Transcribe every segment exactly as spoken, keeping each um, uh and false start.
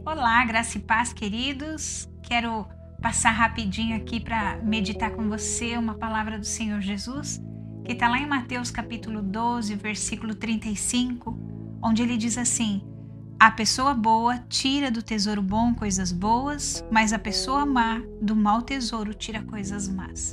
Olá, graça e paz, queridos. Quero passar rapidinho aqui para meditar com você uma palavra do Senhor Jesus, que está lá em Mateus capítulo doze, versículo trinta e cinco, onde ele diz assim: a pessoa boa tira do tesouro bom coisas boas, mas a pessoa má do mau tesouro tira coisas más.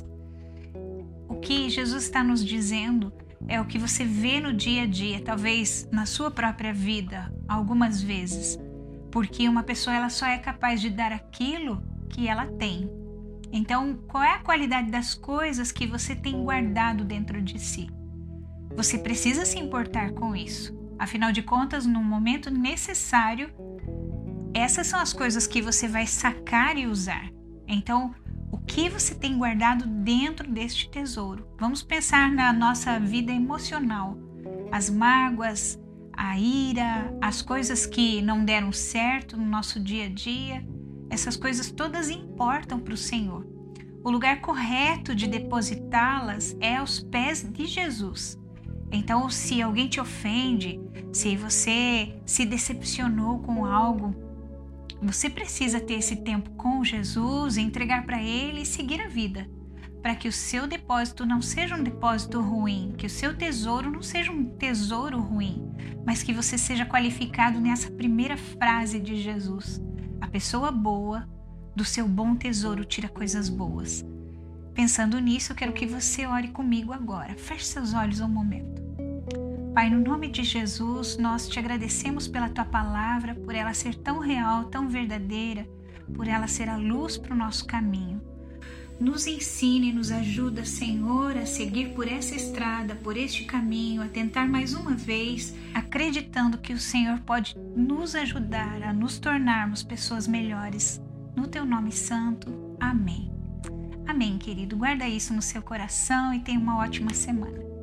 O que Jesus está nos dizendo é o que você vê no dia a dia, talvez na sua própria vida, algumas vezes. Porque uma pessoa ela só é capaz de dar aquilo que ela tem. Então, qual é a qualidade das coisas que você tem guardado dentro de si? Você precisa se importar com isso. Afinal de contas, no momento necessário, essas são as coisas que você vai sacar e usar. Então, o que você tem guardado dentro deste tesouro? Vamos pensar na nossa vida emocional. As mágoas, a ira, as coisas que não deram certo no nosso dia a dia, essas coisas todas importam para o Senhor. O lugar correto de depositá-las é aos pés de Jesus. Então, se alguém te ofende, se você se decepcionou com algo, você precisa ter esse tempo com Jesus, entregar para Ele e seguir a vida, para que o seu depósito não seja um depósito ruim, que o seu tesouro não seja um tesouro ruim, mas que você seja qualificado nessa primeira frase de Jesus: a pessoa boa do seu bom tesouro tira coisas boas. Pensando nisso, eu quero que você ore comigo agora. Feche seus olhos um momento. Pai, no nome de Jesus, nós te agradecemos pela tua palavra, por ela ser tão real, tão verdadeira, por ela ser a luz para o nosso caminho. Nos ensine e nos ajuda, Senhor, a seguir por essa estrada, por este caminho, a tentar mais uma vez, acreditando que o Senhor pode nos ajudar a nos tornarmos pessoas melhores. No teu nome santo, amém. Amém, querido. Guarda isso no seu coração e tenha uma ótima semana.